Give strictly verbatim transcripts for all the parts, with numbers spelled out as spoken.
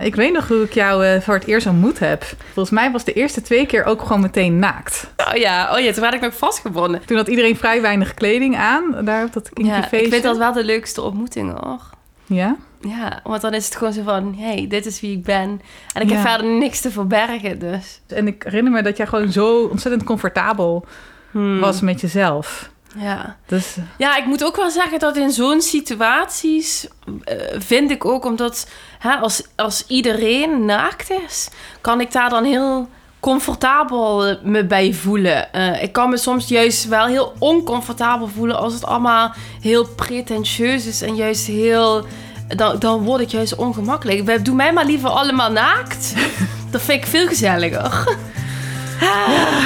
ik weet nog hoe ik jou uh, voor het eerst ontmoet heb. Volgens mij was de eerste twee keer ook gewoon meteen naakt. Oh ja, oh ja, toen werd ik nog vastgebonden. Toen had iedereen vrij weinig kleding aan. Daar op dat kinky ja, feestje. Ik vind dat wel de leukste ontmoeting, hoor. Ja? Ja, want dan is het gewoon zo van... hé, hey, dit is wie ik ben. En ik ja. heb verder niks te verbergen, dus. En ik herinner me dat jij gewoon zo ontzettend comfortabel hmm. was met jezelf. Ja. Dus... ja, ik moet ook wel zeggen dat in zo'n situaties... Uh, vind ik ook, omdat hè, als, als iedereen naakt is... kan ik daar dan heel comfortabel me bij voelen. Uh, ik kan me soms juist wel heel oncomfortabel voelen... als het allemaal heel pretentieus is en juist heel... Dan, dan word ik juist ongemakkelijk. Doe mij maar liever allemaal naakt. Dat vind ik veel gezelliger. Ja.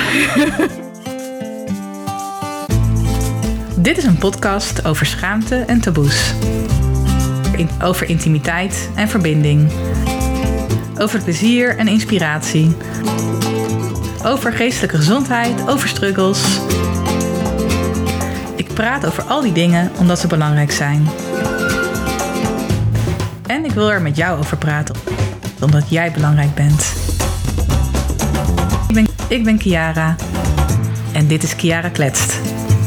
Dit is een podcast over schaamte en taboes. In, over intimiteit en verbinding. Over plezier en inspiratie. Over geestelijke gezondheid, over struggles. Ik praat over al die dingen omdat ze belangrijk zijn. En ik wil er met jou over praten, omdat jij belangrijk bent. Ik ben, ik ben Kiara. En dit is Kiara Kletst.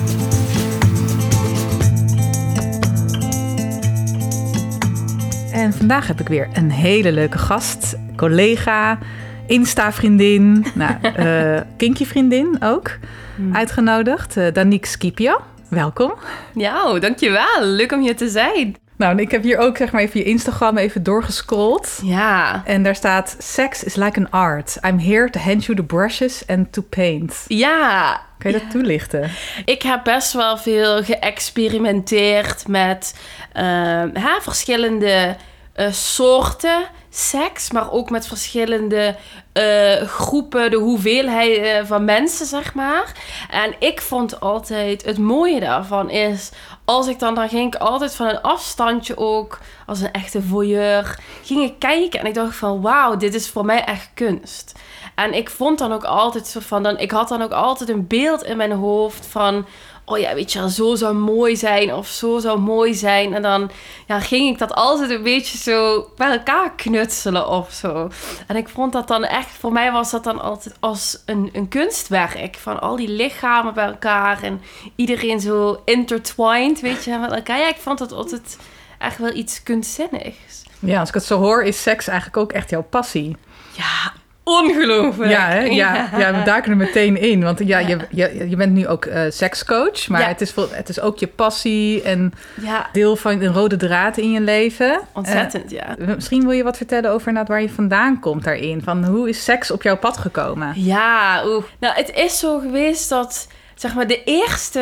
En vandaag heb ik weer een hele leuke gast. Collega, Insta-vriendin, nou, uh, kinky-vriendin ook. Hmm. Uitgenodigd, uh, Danique Scipio. Welkom. Ja, oh, dankjewel. Leuk om hier te zijn. Nou, en ik heb hier ook zeg maar even je Instagram even doorgescrolld. Ja. En daar staat: Sex is like an art. I'm here to hand you the brushes and to paint. Ja. Kan je ja. dat toelichten? Ik heb best wel veel geëxperimenteerd met uh, hè, verschillende uh, soorten seks, maar ook met verschillende uh, groepen, de hoeveelheid uh, van mensen, zeg maar. En ik vond altijd, het mooie daarvan is, als ik dan, dan ging ik altijd van een afstandje ook, als een echte voyeur, ging ik kijken en ik dacht van, wauw, dit is voor mij echt kunst. En ik vond dan ook altijd zo van, dan, ik had dan ook altijd een beeld in mijn hoofd van, oh ja, weet je wel, zo zou mooi zijn of zo zou mooi zijn. En dan ja, ging ik dat altijd een beetje zo bij elkaar knutselen of zo. En ik vond dat dan echt, voor mij was dat dan altijd als een, een kunstwerk. Van al die lichamen bij elkaar en iedereen zo intertwined, weet je, met elkaar. Ja, ik vond dat altijd echt wel iets kunstzinnigs. Ja, als ik het zo hoor, is seks eigenlijk ook echt jouw passie. Ja, ongelooflijk. Ja, hè? Ja, ja. ja, we duiken er meteen in. Want ja, ja. Je, je, je bent nu ook uh, sekscoach. Maar ja. het, is, het is ook je passie en ja. deel van een rode draad in je leven. Ontzettend, uh, ja. Misschien wil je wat vertellen over nou, waar je vandaan komt daarin. Van hoe is seks op jouw pad gekomen? Ja, oeh. Nou, het is zo geweest dat, zeg maar, de eerste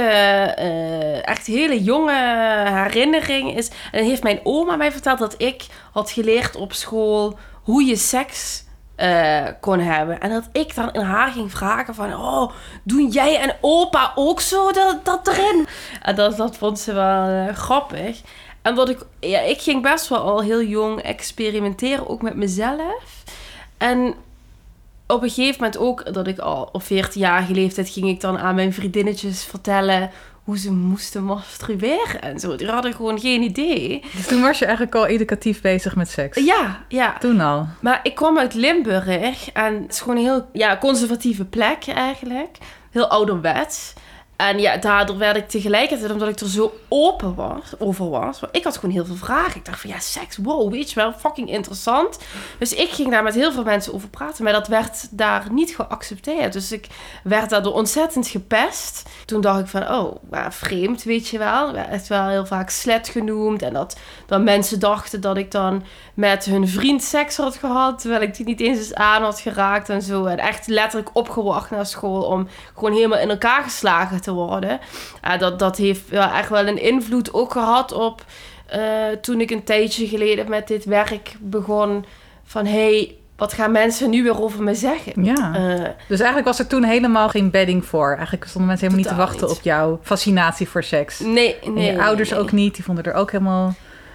uh, echt hele jonge herinnering is... En heeft mijn oma mij verteld dat ik had geleerd op school hoe je seks Uh, kon hebben. En dat ik dan in haar ging vragen van, oh, doen jij en opa ook zo dat, dat erin? En dat, dat vond ze wel uh, grappig. En dat ik, ja, ik ging best wel al heel jong experimenteren, ook met mezelf. En op een gegeven moment ook, dat ik al op veertienjarige leeftijd ging ik dan aan mijn vriendinnetjes vertellen hoe ze moesten masturberen en zo. Die hadden gewoon geen idee. Dus toen was je eigenlijk al educatief bezig met seks? Ja, ja. Toen al? Maar ik kwam uit Limburg en het is gewoon een heel ja, conservatieve plek eigenlijk. Heel ouderwets. En ja, daardoor werd ik tegelijkertijd, omdat ik er zo open was, over was. Want ik had gewoon heel veel vragen. Ik dacht van, ja, seks, wow, weet je wel, fucking interessant. Dus ik ging daar met heel veel mensen over praten. Maar dat werd daar niet geaccepteerd. Dus ik werd daardoor ontzettend gepest. Toen dacht ik van, oh, ja, vreemd, weet je wel. Ik werd echt wel heel vaak slet genoemd. En dat dan mensen dachten dat ik dan met hun vriend seks had gehad. Terwijl ik die niet eens eens aan had geraakt en zo. En echt letterlijk opgewacht naar school om gewoon helemaal in elkaar geslagen te worden. Uh, dat, dat heeft ja, echt wel een invloed ook gehad op uh, toen ik een tijdje geleden met dit werk begon van hey, wat gaan mensen nu weer over me zeggen? Ja. Uh, dus eigenlijk was er toen helemaal geen bedding voor. Eigenlijk stonden mensen helemaal niet te wachten niet. op jouw fascinatie voor seks. Nee, nee. En je ouders nee. ook niet. Die vonden er ook helemaal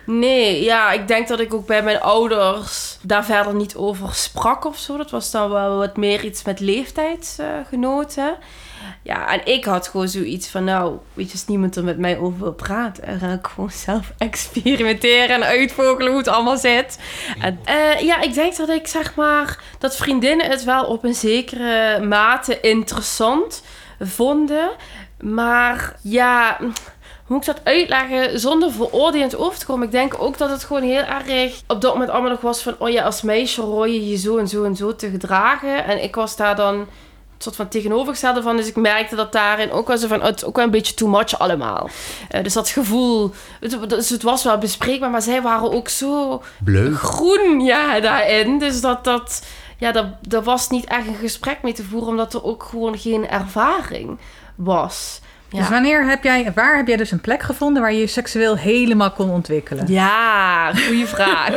Nee, ja, ik denk dat ik ook bij mijn ouders daar verder niet over sprak of zo. Dat was dan wel wat meer iets met leeftijdsgenoten. Uh, ja, en ik had gewoon zoiets van, nou, weet je, als niemand er met mij over wil praten, dan ga ik gewoon zelf experimenteren en uitvogelen hoe het allemaal zit. En, uh, ja, ik denk dat ik, zeg maar, dat vriendinnen het wel op een zekere mate interessant vonden. Maar ja, hoe moet ik dat uitleggen zonder veroordelend over te komen? Ik denk ook dat het gewoon heel erg op dat moment allemaal nog was van, oh ja, als meisje hoor je je zo en zo en zo te gedragen. En ik was daar dan een soort van tegenovergestelde van. Dus ik merkte dat daarin ook wel zo van, oh, het is ook wel een beetje too much allemaal. Uh, dus dat gevoel, het, dus het was wel bespreekbaar, maar zij waren ook zo Bleug. groen, ja, daarin. Dus dat, dat, ja, dat, dat was niet echt een gesprek mee te voeren, omdat er ook gewoon geen ervaring was. Ja. Dus wanneer heb jij, waar heb jij dus een plek gevonden waar je je seksueel helemaal kon ontwikkelen? Ja, goede vraag.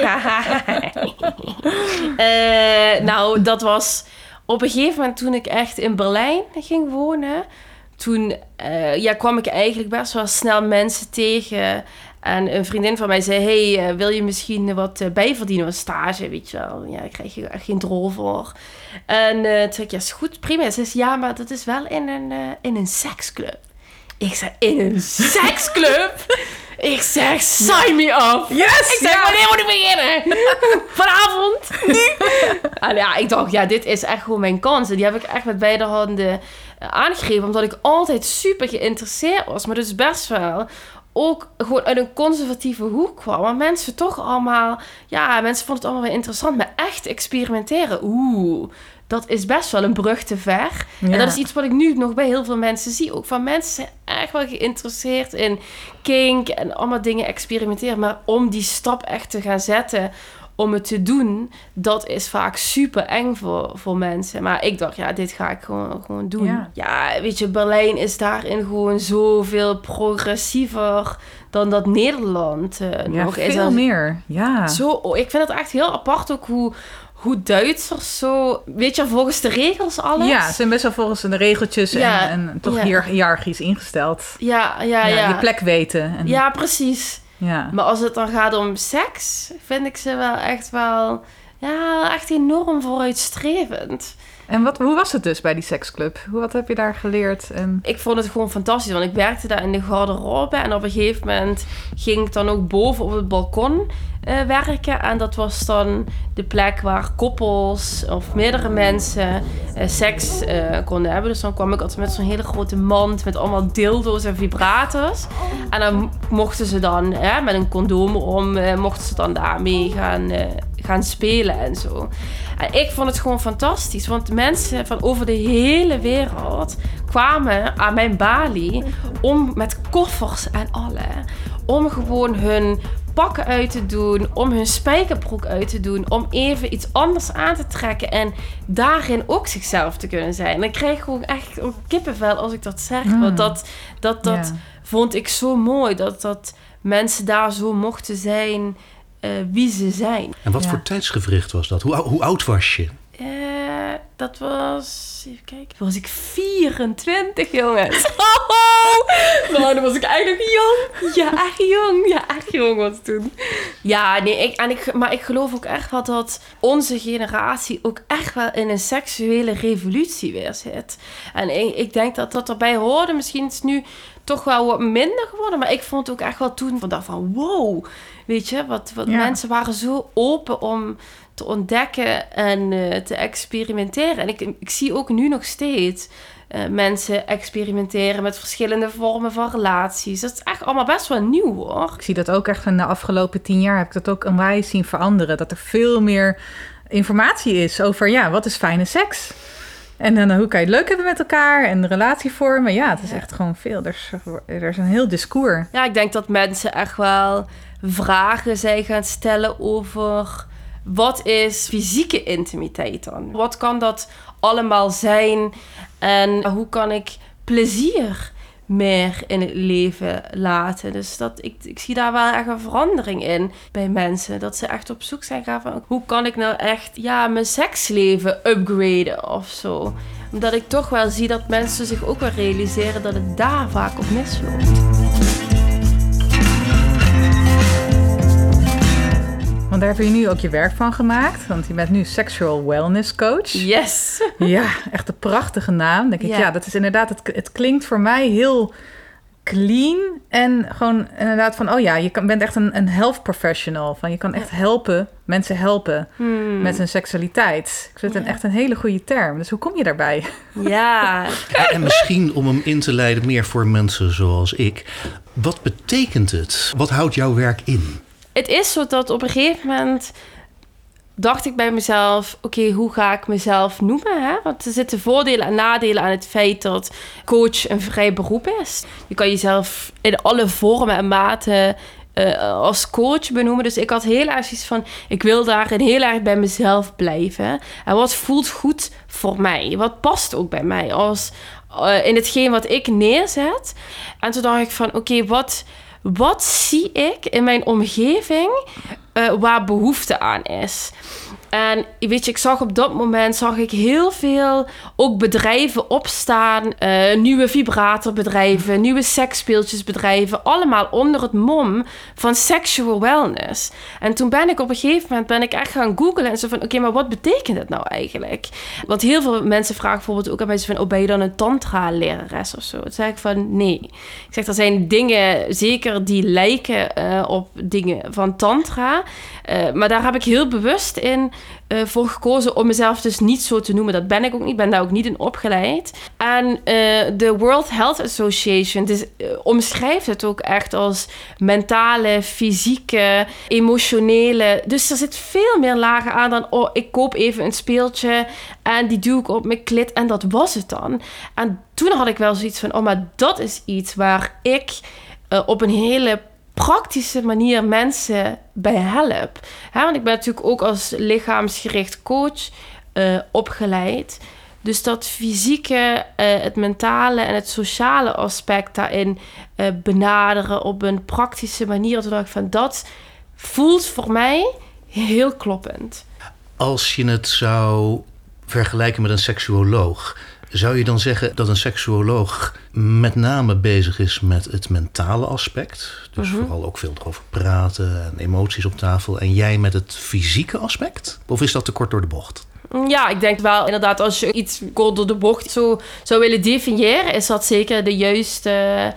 uh, nou, dat was op een gegeven moment toen ik echt in Berlijn ging wonen. Toen uh, ja, kwam ik eigenlijk best wel snel mensen tegen. En een vriendin van mij zei, hey, uh, wil je misschien wat uh, bijverdienen, een stage, weet je wel. Ja, daar krijg je echt geen drol voor. En uh, toen zei ik, ja, is goed, prima. Ze zei, ja, maar dat is wel in een, uh, in een seksclub. Ik zei, in een seksclub? Ik zeg, sign me up. Yes! Ik zeg, ja. Wanneer moet ik beginnen? Vanavond? Nu? En ja, ik dacht, ja, dit is echt gewoon mijn kans. En die heb ik echt met beide handen aangegrepen. Omdat ik altijd super geïnteresseerd was. Maar dus best wel ook gewoon uit een conservatieve hoek kwam. Maar mensen toch allemaal, ja, mensen vonden het allemaal wel interessant. Maar echt experimenteren, oeh, dat is best wel een brug te ver. Ja. En dat is iets wat ik nu nog bij heel veel mensen zie. Ook van mensen zijn echt wel geïnteresseerd in kink en allemaal dingen experimenteren. Maar om die stap echt te gaan zetten, om het te doen, dat is vaak super eng voor, voor mensen. Maar ik dacht, ja, dit ga ik gewoon, gewoon doen. Ja. ja, weet je, Berlijn is daarin gewoon zoveel progressiever dan dat Nederland uh, ja, nog veel is. Veel meer, ja. Zo, oh, ik vind het echt heel apart ook hoe... Hoe Duitsers zo, weet je, volgens de regels alles. Ja, ze zijn best wel volgens de regeltjes ja, en, en toch ja. hier hiërarchisch ingesteld. Ja, ja, ja. ja. Je plek weten. En... Ja, precies. Ja. Maar als het dan gaat om seks, vind ik ze wel echt wel, ja, echt enorm vooruitstrevend. En wat, hoe was het dus bij die seksclub? Wat heb je daar geleerd? En... Ik vond het gewoon fantastisch, want ik werkte daar in de garderobe. En op een gegeven moment ging ik dan ook boven op het balkon uh, werken. En dat was dan de plek waar koppels of meerdere mensen uh, seks uh, konden hebben. Dus dan kwam ik altijd met zo'n hele grote mand met allemaal dildo's en vibrators. En dan mochten ze dan, uh, met een condoom om, uh, mochten ze dan daarmee gaan... Uh, gaan spelen en zo. En ik vond het gewoon fantastisch, want mensen van over de hele wereld kwamen aan mijn balie om met koffers en alle, om gewoon hun pakken uit te doen, om hun spijkerbroek uit te doen, om even iets anders aan te trekken en daarin ook zichzelf te kunnen zijn. En ik krijg gewoon echt ook kippenvel als ik dat zeg, mm. want dat, dat, dat yeah. vond ik zo mooi, dat, dat mensen daar zo mochten zijn Uh, wie ze zijn. En wat ja. voor tijdsgevricht was dat? Hoe, hoe oud was je? Uh, dat was... Even kijken. Toen was ik vierentwintig, jongens. Nou, dan was ik eigenlijk jong. Ja, echt jong. Ja, echt jong was het toen. Ja, nee, ik, en ik, maar ik geloof ook echt wel dat onze generatie ook echt wel in een seksuele revolutie weer zit. En ik, ik denk dat dat erbij hoorde. Misschien is het nu toch wel wat minder geworden. Maar ik vond het ook echt wel toen van, van wow. Weet je, wat, wat ja. mensen waren zo open om te ontdekken en uh, te experimenteren. En ik, ik zie ook nu nog steeds uh, mensen experimenteren met verschillende vormen van relaties. Dat is echt allemaal best wel nieuw, hoor. Ik zie dat ook echt in de afgelopen tien jaar heb ik dat ook onwijs zien veranderen. Dat er veel meer informatie is over, ja, wat is fijne seks? En dan, hoe kan je het leuk hebben met elkaar en relatievormen? Ja, het is echt gewoon veel. Er is, er is een heel discours. Ja, ik denk dat mensen echt wel vragen zijn gaan stellen over wat is fysieke intimiteit dan? Wat kan dat allemaal zijn? En hoe kan ik plezier meer in het leven laten? Dus dat, ik, ik zie daar wel echt een verandering in bij mensen. Dat ze echt op zoek zijn gaan van hoe kan ik nou echt ja, mijn seksleven upgraden of zo. Omdat ik toch wel zie dat mensen zich ook wel realiseren dat het daar vaak op misloopt. Want daar heb je nu ook je werk van gemaakt. Want je bent nu sexual wellness coach. Yes. Ja, echt een prachtige naam. Denk ik, Ja. ja, dat is inderdaad, het, het klinkt voor mij heel clean. En gewoon inderdaad van, oh ja, je kan, bent echt een, een health professional. Van je kan echt helpen, mensen helpen Hmm. met hun seksualiteit. Ik vind het een, echt een hele goede term. Dus hoe kom je daarbij? Ja. En, en misschien om hem in te leiden meer voor mensen zoals ik. Wat betekent het? Wat houdt jouw werk in? Het is zo dat op een gegeven moment dacht ik bij mezelf, oké, okay, hoe ga ik mezelf noemen? Hè? Want er zitten voordelen en nadelen aan het feit dat coach een vrij beroep is. Je kan jezelf in alle vormen en maten uh, als coach benoemen. Dus ik had heel erg zoiets van, ik wil daarin heel erg bij mezelf blijven. En wat voelt goed voor mij? Wat past ook bij mij als uh, in hetgeen wat ik neerzet? En toen dacht ik van, oké, okay, wat... Wat zie ik in mijn omgeving uh, waar behoefte aan is? En weet je, ik zag op dat moment zag ik heel veel ook bedrijven opstaan. Uh, nieuwe vibratorbedrijven, nieuwe seksspeeltjesbedrijven. Allemaal onder het mom van sexual wellness. En toen ben ik op een gegeven moment ben ik echt gaan googlen. En zo van, oké, okay, maar wat betekent het nou eigenlijk? Want heel veel mensen vragen bijvoorbeeld ook aan mij zo van, oh, ben je dan een tantra-lerares of zo? Toen zeg ik van, nee. Ik zeg, er zijn dingen zeker die lijken uh, op dingen van tantra. Uh, maar daar heb ik heel bewust in uh, voor gekozen om mezelf dus niet zo te noemen. Dat ben ik ook niet, ben daar ook niet in opgeleid. En uh, de World Health Association dus, uh, omschrijft het ook echt als mentale, fysieke, emotionele. Dus er zit veel meer lagen aan dan, oh, ik koop even een speeltje en die doe ik op mijn klit en dat was het dan. En toen had ik wel zoiets van, oh, maar dat is iets waar ik uh, op een hele praktische manier mensen bij help. He, want ik ben natuurlijk ook als lichaamsgericht coach uh, opgeleid. Dus dat fysieke, uh, het mentale en het sociale aspect daarin uh, benaderen op een praktische manier. Toen dacht ik van, dat voelt voor mij heel kloppend. Als je het zou vergelijken met een seksuoloog, zou je dan zeggen dat een seksuoloog met name bezig is met het mentale aspect? Dus mm-hmm. vooral ook veel erover praten en emoties op tafel. En jij met het fysieke aspect? Of is dat te kort door de bocht? Ja, ik denk wel inderdaad, als je iets kort door de bocht zo zou willen definiëren, is dat zeker de juiste,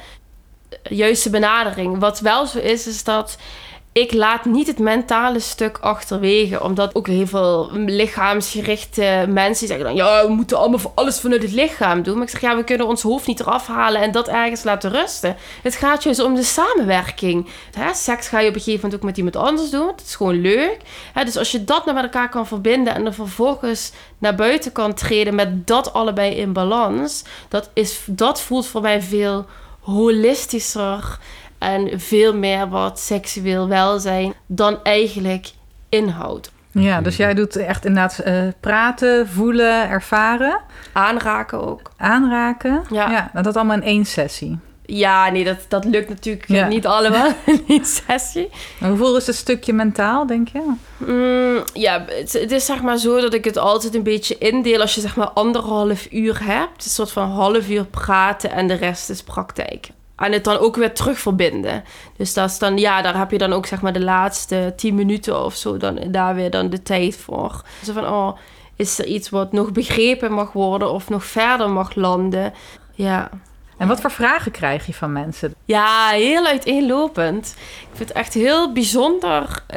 juiste benadering. Wat wel zo is, is dat ik laat niet het mentale stuk achterwege. Omdat ook heel veel lichaamsgerichte mensen zeggen dan, ja, we moeten allemaal alles vanuit het lichaam doen. Maar ik zeg, ja, we kunnen ons hoofd niet eraf halen en dat ergens laten rusten. Het gaat juist om de samenwerking. Hè, seks ga je op een gegeven moment ook met iemand anders doen. Het is gewoon leuk. Hè, dus als je dat nou met elkaar kan verbinden en er vervolgens naar buiten kan treden met dat allebei in balans. Dat, is, dat voelt voor mij veel holistischer en veel meer wat seksueel welzijn dan eigenlijk inhoud. Ja, dus jij doet echt inderdaad uh, praten, voelen, ervaren. Aanraken ook. Aanraken? Ja. ja nou, dat allemaal in één sessie. Ja, nee, dat, dat lukt natuurlijk ja. niet allemaal in één sessie. Maar hoeveel is het stukje mentaal, denk je? Mm, ja, het, het is zeg maar zo dat ik het altijd een beetje indeel als je zeg maar anderhalf uur hebt. Een soort van half uur praten en de rest is praktijk. En het dan ook weer terug verbinden. Dus dat is dan, ja, daar heb je dan ook zeg maar de laatste tien minuten of zo, dan daar weer dan de tijd voor. Zo van, oh, is er iets wat nog begrepen mag worden of nog verder mag landen? Ja. En wat voor vragen krijg je van mensen? Ja, heel uiteenlopend. Ik vind het echt heel bijzonder. Uh,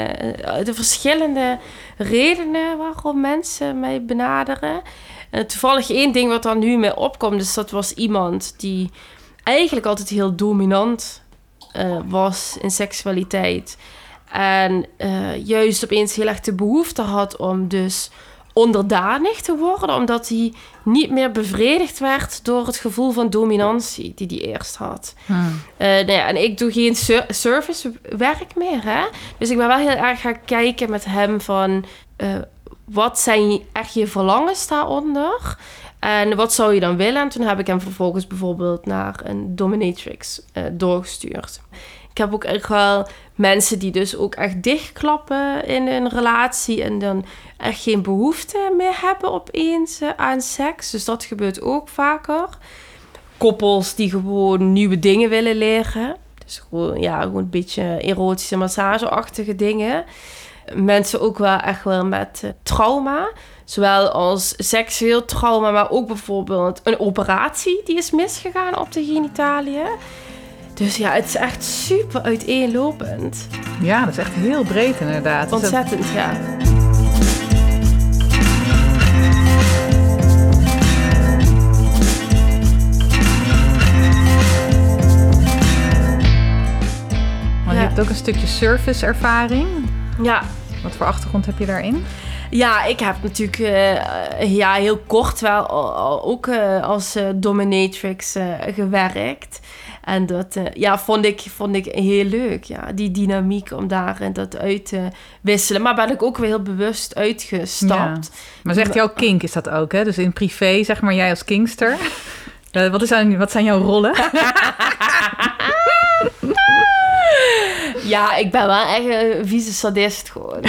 de verschillende redenen waarom mensen mij benaderen. Uh, toevallig één ding wat dan nu mee opkomt, dus dat was iemand die eigenlijk altijd heel dominant uh, was in seksualiteit. En uh, juist opeens heel erg de behoefte had om dus onderdanig te worden, omdat hij niet meer bevredigd werd door het gevoel van dominantie die hij eerst had. Hmm. Uh, nou ja, en ik doe geen ser- servicewerk meer, hè? Dus ik ben wel heel erg gaan kijken met hem van uh, wat zijn echt je verlangens daaronder? En wat zou je dan willen? En toen heb ik hem vervolgens bijvoorbeeld naar een dominatrix uh, doorgestuurd. Ik heb ook echt wel mensen die dus ook echt dichtklappen in een relatie en dan echt geen behoefte meer hebben opeens uh, aan seks. Dus dat gebeurt ook vaker. Koppels die gewoon nieuwe dingen willen leren. Dus gewoon, ja, gewoon een beetje erotische massageachtige dingen. mensen ook wel echt wel met uh, trauma. Zowel als seksueel trauma, maar ook bijvoorbeeld een operatie die is misgegaan op de genitaliën. Dus ja, het is echt super uiteenlopend. Ja, dat is echt heel breed inderdaad. Ontzettend, ja. Maar je ja. hebt ook een stukje serviceervaring. Ja. Wat voor achtergrond heb je daarin? Ja, ik heb natuurlijk uh, ja, heel kort wel uh, ook uh, als uh, dominatrix uh, gewerkt. En dat uh, ja, vond, ik, vond ik heel leuk, ja, die dynamiek om daarin dat uit te wisselen. Maar ben ik ook weer heel bewust uitgestapt. Ja. Maar zegt jouw kink is dat ook, hè? Dus in privé, zeg maar, jij als kinkster. uh, wat, is aan, wat zijn jouw rollen? Ja, ik ben wel echt een vieze sadist gewoon.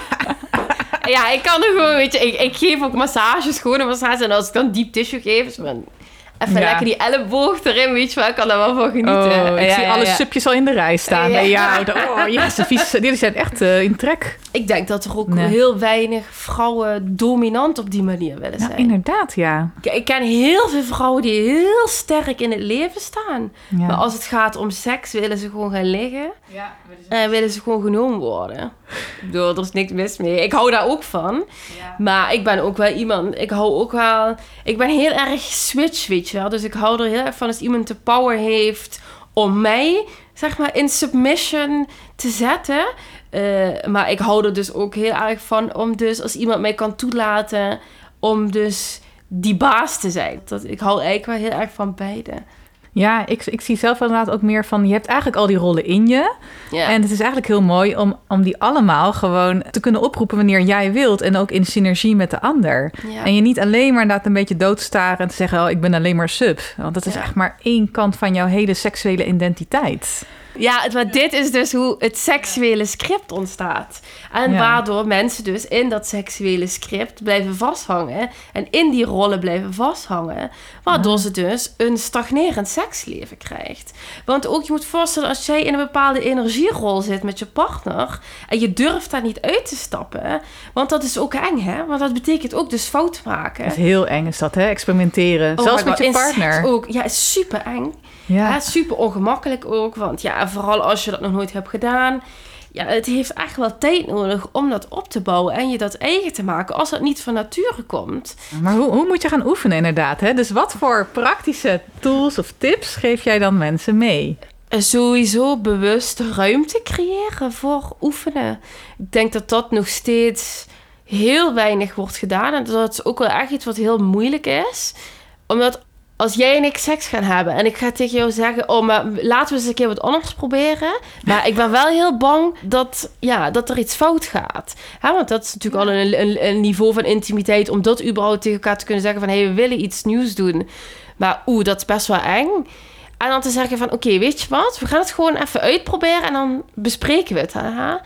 Ja, ik kan er gewoon, weet je, ik, ik geef ook massages, gewone massages. En als ik dan diep tissue geef, is mijn... Even ja. lekker die elleboog erin, weet je wel. Ik kan daar wel van genieten. Oh, ik ja, zie ja, alle ja. supjes al in de rij staan. Ja. Nee, ja, oh, ja, ze vies, die zijn echt uh, in trek. Ik denk dat er ook nee. heel weinig vrouwen dominant op die manier willen zijn. Nou, inderdaad, ja. Ik, ik ken heel veel vrouwen die heel sterk in het leven staan. Ja. Maar als het gaat om seks, willen ze gewoon gaan liggen. Ja, willen ze... En willen ze gewoon genomen worden. Ik bedoel, er is niks mis mee. Ik hou daar ook van. Ja. Maar ik ben ook wel iemand... Ik hou ook wel... Ik ben heel erg switch, weet je wel. Dus ik hou er heel erg van als iemand de power heeft om mij, zeg maar, in submission te zetten. Uh, maar ik hou er dus ook heel erg van om dus, als iemand mij kan toelaten, om dus die baas te zijn. Dat, ik hou eigenlijk wel heel erg van beide. Ja, ik, ik zie zelf inderdaad ook meer van... je hebt eigenlijk al die rollen in je. Ja. En het is eigenlijk heel mooi om, om die allemaal gewoon te kunnen oproepen wanneer jij wilt. En ook in synergie met de ander. Ja. En je niet alleen maar inderdaad een beetje doodstaren... en te zeggen, oh, ik ben alleen maar sub. Want dat is ja. echt maar één kant van jouw hele seksuele identiteit. Ja, het, maar dit is dus hoe het seksuele script ontstaat. En ja. waardoor mensen dus in dat seksuele script blijven vasthangen. En in die rollen blijven vasthangen. Waardoor ja. ze dus een stagnerend seksleven krijgt. Want ook je moet voorstellen, als jij in een bepaalde energierol zit met je partner. En je durft daar niet uit te stappen. Want dat is ook eng, hè? Want dat betekent ook dus fout maken. Dat is heel eng is dat, hè? Experimenteren. Oh, zelfs met je partner. Ook. Ja, is super eng. Ja. Ja, super ongemakkelijk ook. Want ja, vooral als je dat nog nooit hebt gedaan. Ja, het heeft echt wel tijd nodig om dat op te bouwen. En je dat eigen te maken. Als dat niet van nature komt. Maar hoe, hoe moet je gaan oefenen inderdaad? Hè? Dus wat voor praktische tools of tips geef jij dan mensen mee? Sowieso bewust ruimte creëren voor oefenen. Ik denk dat dat nog steeds heel weinig wordt gedaan. En dat is ook wel echt iets wat heel moeilijk is. Omdat... Als jij en ik seks gaan hebben en ik ga tegen jou zeggen... oh, maar laten we eens een keer wat anders proberen. Maar ik ben wel heel bang dat, ja, dat er iets fout gaat. Ja, want dat is natuurlijk ja. al een, een, een niveau van intimiteit... om dat überhaupt tegen elkaar te kunnen zeggen van... hé, hey, we willen iets nieuws doen. Maar oeh, dat is best wel eng. En dan te zeggen van, oké, okay, weet je wat? We gaan het gewoon even uitproberen en dan bespreken we het. Haha.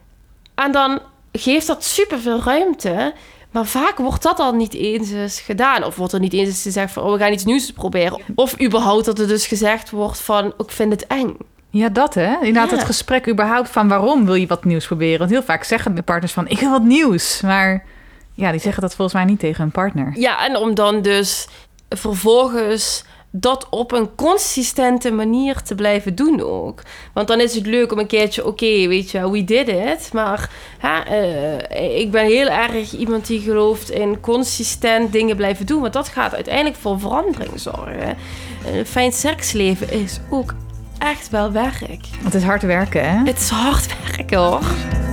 En dan geeft dat superveel ruimte... Maar vaak wordt dat al niet eens eens gedaan. Of wordt er niet eens eens gezegd van... oh, we gaan iets nieuws proberen. Of überhaupt dat er dus gezegd wordt van... ik vind het eng. Ja, dat hè. Inderdaad ja. het gesprek überhaupt van... waarom wil je wat nieuws proberen? Want heel vaak zeggen de partners van... ik wil wat nieuws. Maar ja, die zeggen dat volgens mij niet tegen hun partner. Ja, en om dan dus vervolgens... dat op een consistente manier te blijven doen ook. Want dan is het leuk om een keertje... oké, okay, weet je, we did it. Maar hè, uh, ik ben heel erg iemand die gelooft... in consistent dingen blijven doen. Want dat gaat uiteindelijk voor verandering zorgen. Een fijn seksleven is ook echt wel werk. Het is hard werken, hè? Het is hard werken, hoor.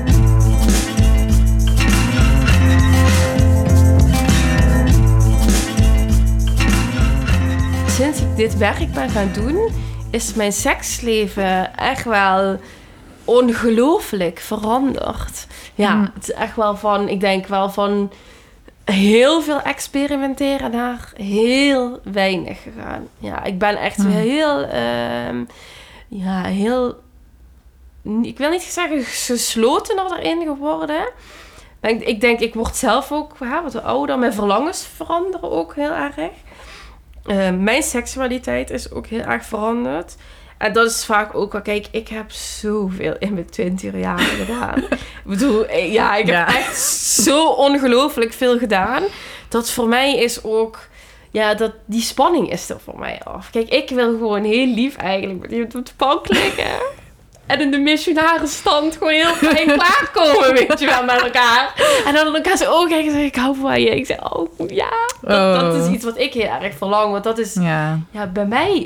Sinds ik dit werk ben gaan doen, is mijn seksleven echt wel ongelooflijk veranderd. Ja, mm. het is echt wel van, ik denk wel van heel veel experimenteren naar heel weinig gegaan. Ja, ik ben echt mm. heel, uh, ja, heel, ik wil niet zeggen geslotener erin geworden. Maar ik, ik denk, ik word zelf ook ja, wat ouder. Mijn verlangens veranderen ook heel erg. Uh, mijn seksualiteit is ook heel erg veranderd. En dat is vaak ook wel... Kijk, ik heb zoveel in mijn twintig jaar gedaan. Ik bedoel, ja, ik heb Ja. echt zo ongelooflijk veel gedaan. Dat voor mij is ook... Ja, dat, die spanning is er voor mij af. Kijk, ik wil gewoon heel lief eigenlijk met iemand op de bank liggen. En in de missionarenstand gewoon heel fijn klaarkomen, weet je wel, met elkaar. En dan in elkaar zo ogen kijken en zeggen, ik hou van je. Ik zeg, oh ja, dat, Oh. dat is iets wat ik heel erg verlang. Want dat is, ja, Ja. bij mij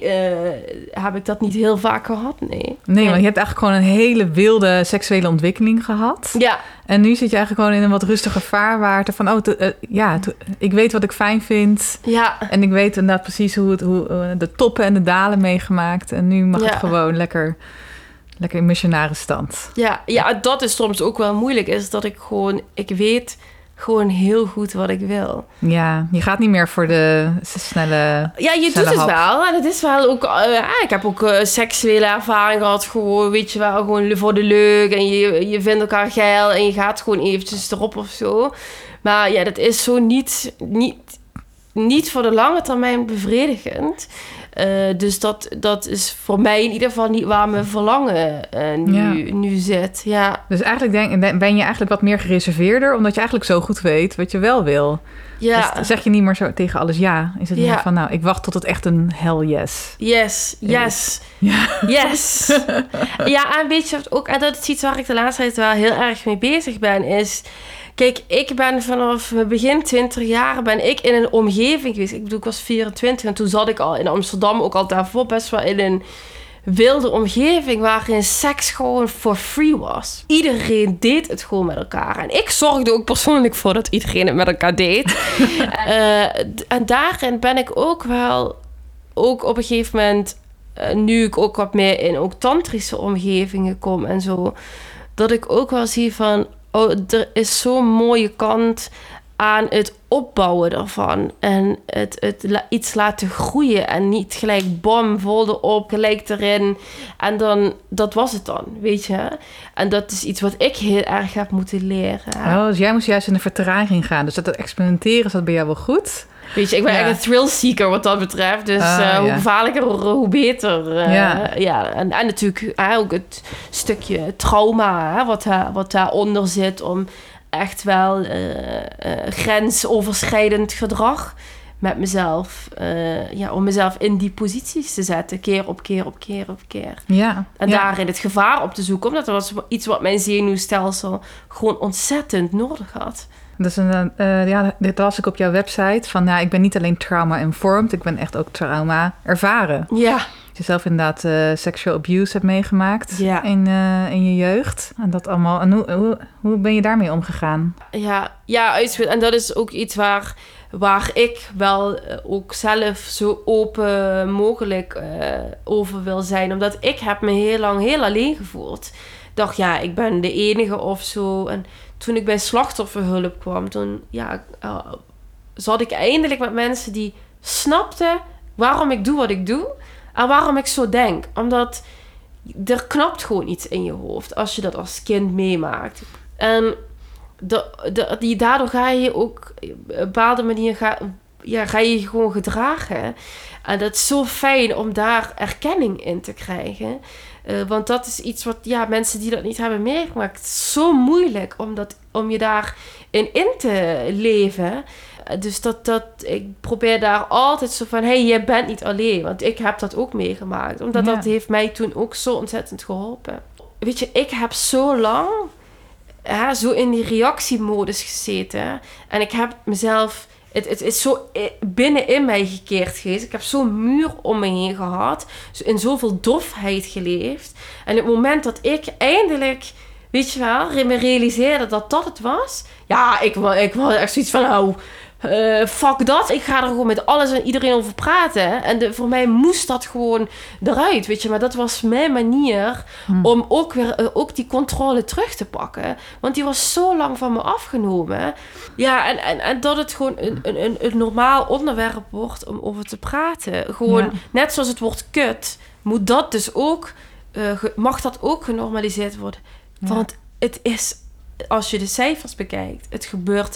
uh, heb ik dat niet heel vaak gehad, nee. Nee, want je hebt eigenlijk gewoon een hele wilde seksuele ontwikkeling gehad. Ja, En nu zit je eigenlijk gewoon in een wat rustiger vaarwater. Van, oh, to- uh, ja, to- ik weet wat ik fijn vind. ja, En ik weet inderdaad precies hoe, het, hoe uh, de toppen en de dalen meegemaakt. En nu mag Ja. het gewoon lekker, lekker in missionarenstand. ja, ja, dat is soms ook wel moeilijk. Is dat ik gewoon, ik weet gewoon heel goed wat ik wil. Ja, je gaat niet meer voor de s- snelle... Ja, je snelle doet het hap. wel. En het is wel ook... Uh, ja, ik heb ook uh, seksuele ervaring gehad. Gewoon, weet je wel, gewoon voor de leuk. En je, je vindt elkaar geil. En je gaat gewoon eventjes erop of zo. Maar ja, dat is zo niet, niet, niet voor de lange termijn bevredigend. Uh, dus dat, dat is voor mij in ieder geval niet waar mijn verlangen uh, nu, Ja. nu zit. Ja, Dus eigenlijk denk, ben je eigenlijk wat meer gereserveerder... omdat je eigenlijk zo goed weet wat je wel wil. ja. Dus zeg je niet meer zo tegen alles ja. Is het Ja. meer van, nou, ik wacht tot het echt een hell yes. Yes, yes, Ja. yes. Ja, en weet je wat ook... En dat is iets waar ik de laatste tijd wel heel erg mee bezig ben, is... Kijk, ik ben vanaf begin twintig jaar ben ik in een omgeving geweest. Ik bedoel, ik was vierentwintig en toen zat ik al in Amsterdam, ook al daarvoor best wel in een wilde omgeving waarin seks gewoon for free was. Iedereen deed het gewoon met elkaar. En ik zorgde ook persoonlijk voor dat iedereen het met elkaar deed. uh, en daarin ben ik ook wel, ook op een gegeven moment, uh, nu ik ook wat meer in ook tantrische omgevingen kom en zo, dat ik ook wel zie van, oh, er is zo'n mooie kant aan het opbouwen daarvan. En het, het la- iets laten groeien. En niet gelijk bam, vol erop, gelijk erin. En dan, dat was het dan, weet je. En dat is iets wat ik heel erg heb moeten leren. Oh, dus jij moest juist in de vertraging gaan. Dus dat het experimenteren, is dat bij jou wel goed? Weet je, ik ben Ja. echt een thrill-seeker wat dat betreft. Dus Ah, uh, hoe ja. gevaarlijker, hoe beter. Uh, Ja. ja. En, en natuurlijk uh, ook het stukje trauma, hè, wat, daar, wat daaronder zit, om echt wel uh, uh, grensoverschrijdend gedrag met mezelf, uh, ja, om mezelf in die posities te zetten, keer op keer op keer op keer. Ja. En ja. daarin het gevaar op te zoeken, omdat dat was iets wat mijn zenuwstelsel gewoon ontzettend nodig had. Dus een, uh, ja, dit las ik op jouw website. Van, ja, ik ben niet alleen trauma-informed, ik ben echt ook trauma ervaren. Ja. Dat je zelf inderdaad uh, sexual abuse hebt meegemaakt Ja. in, uh, in je jeugd. En dat allemaal. En hoe, hoe, hoe ben je daarmee omgegaan? Ja, ja, uitspelen. En dat is ook iets waar, waar ik wel uh, ook zelf zo open mogelijk uh, over wil zijn. Omdat ik heb me heel lang heel alleen gevoeld. Ik dacht, ja, ik ben de enige of zo. En toen ik bij slachtofferhulp kwam, toen ja, uh, zat ik eindelijk met mensen die snapten waarom ik doe wat ik doe. En waarom ik zo denk. Omdat er knapt gewoon iets in je hoofd als je dat als kind meemaakt. En de, de, die, daardoor ga je ook op een bepaalde manier ga, ja, ga je je gewoon gedragen. En dat is zo fijn om daar erkenning in te krijgen. Uh, want dat is iets wat ja, mensen die dat niet hebben meegemaakt, het is zo moeilijk om, dat, om je daarin in te leven. Dus dat, dat, ik probeer daar altijd zo van, hé, hey, je bent niet alleen. Want ik heb dat ook meegemaakt. Omdat Ja. dat heeft mij toen ook zo ontzettend geholpen. Weet je, ik heb zo lang ja, zo in die reactiemodus gezeten. En ik heb mezelf, het, het is zo binnenin mij gekeerd geweest. Ik heb zo'n muur om me heen gehad. In zoveel dofheid geleefd. En het moment dat ik eindelijk, weet je wel, me realiseerde dat dat het was. Ja, ik, ik was echt zoiets van, nou, uh, fuck dat. Ik ga er gewoon met alles en iedereen over praten. En de, voor mij moest dat gewoon eruit, weet je. Maar dat was mijn manier hm. om ook weer uh, ook die controle terug te pakken. Want die was zo lang van me afgenomen. Ja, en, en, en dat het gewoon een, een, een, een normaal onderwerp wordt om over te praten. Gewoon, ja. Net zoals het woord kut, moet dat dus ook, uh, mag dat ook genormaliseerd worden. Ja. Want het is, als je de cijfers bekijkt, het gebeurt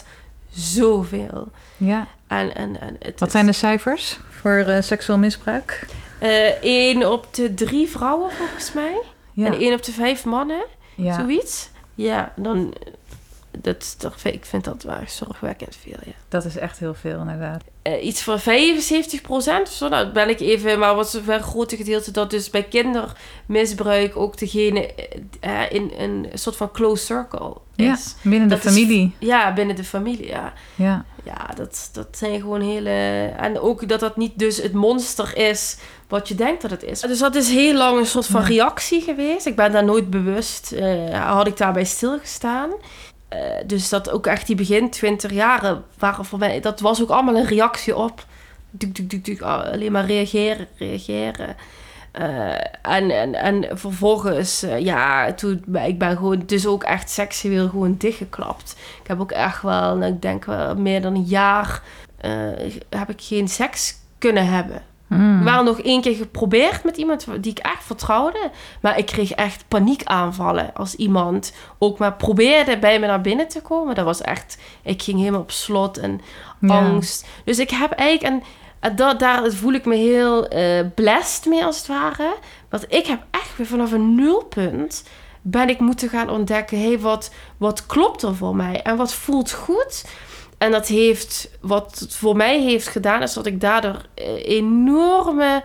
zoveel. Ja. En, en, en het Wat is, zijn de cijfers voor uh, seksueel misbruik? Uh, één op de drie vrouwen volgens mij. Ja. En één op de vijf mannen. Ja. Zoiets. Ja, dan... Dat, dat, ik vind dat wel zorgwekkend veel, ja. Dat is echt heel veel, inderdaad. Uh, iets van vijfenzeventig procent of zo. Nou, ben ik even... Maar wat zover een grote gedeelte... dat dus bij kindermisbruik ook degene... Uh, in een soort van close circle is. Ja, binnen dat de familie. Is, ja, binnen de familie, ja. Ja, ja dat, dat zijn gewoon hele... En ook dat dat niet dus het monster is... wat je denkt dat het is. Dus dat is heel lang een soort van ja. reactie geweest. Ik ben daar nooit bewust... Uh, had ik daarbij stilgestaan... Uh, dus dat ook echt die begin twintig jaren waren voor mij... Dat was ook allemaal een reactie op. Duk, duk, duk, duk, alleen maar reageren, reageren. Uh, en, en, en vervolgens, uh, ja, toen... Ik ben gewoon dus ook echt seksueel gewoon dichtgeklapt. Ik heb ook echt wel, ik denk wel meer dan een jaar... Uh, heb ik geen seks kunnen hebben. Mm. We waren nog één keer geprobeerd met iemand die ik echt vertrouwde. Maar ik kreeg echt paniekaanvallen als iemand ook maar probeerde bij me naar binnen te komen. Dat was echt... Ik ging helemaal op slot en ja. angst. Dus ik heb eigenlijk... En, en dat, daar voel ik me heel uh, blessed mee als het ware. Want ik heb echt weer vanaf een nulpunt... ben ik moeten gaan ontdekken... Hey, wat, wat klopt er voor mij? En wat voelt goed... En dat heeft, wat het voor mij heeft gedaan, is dat ik daardoor enorme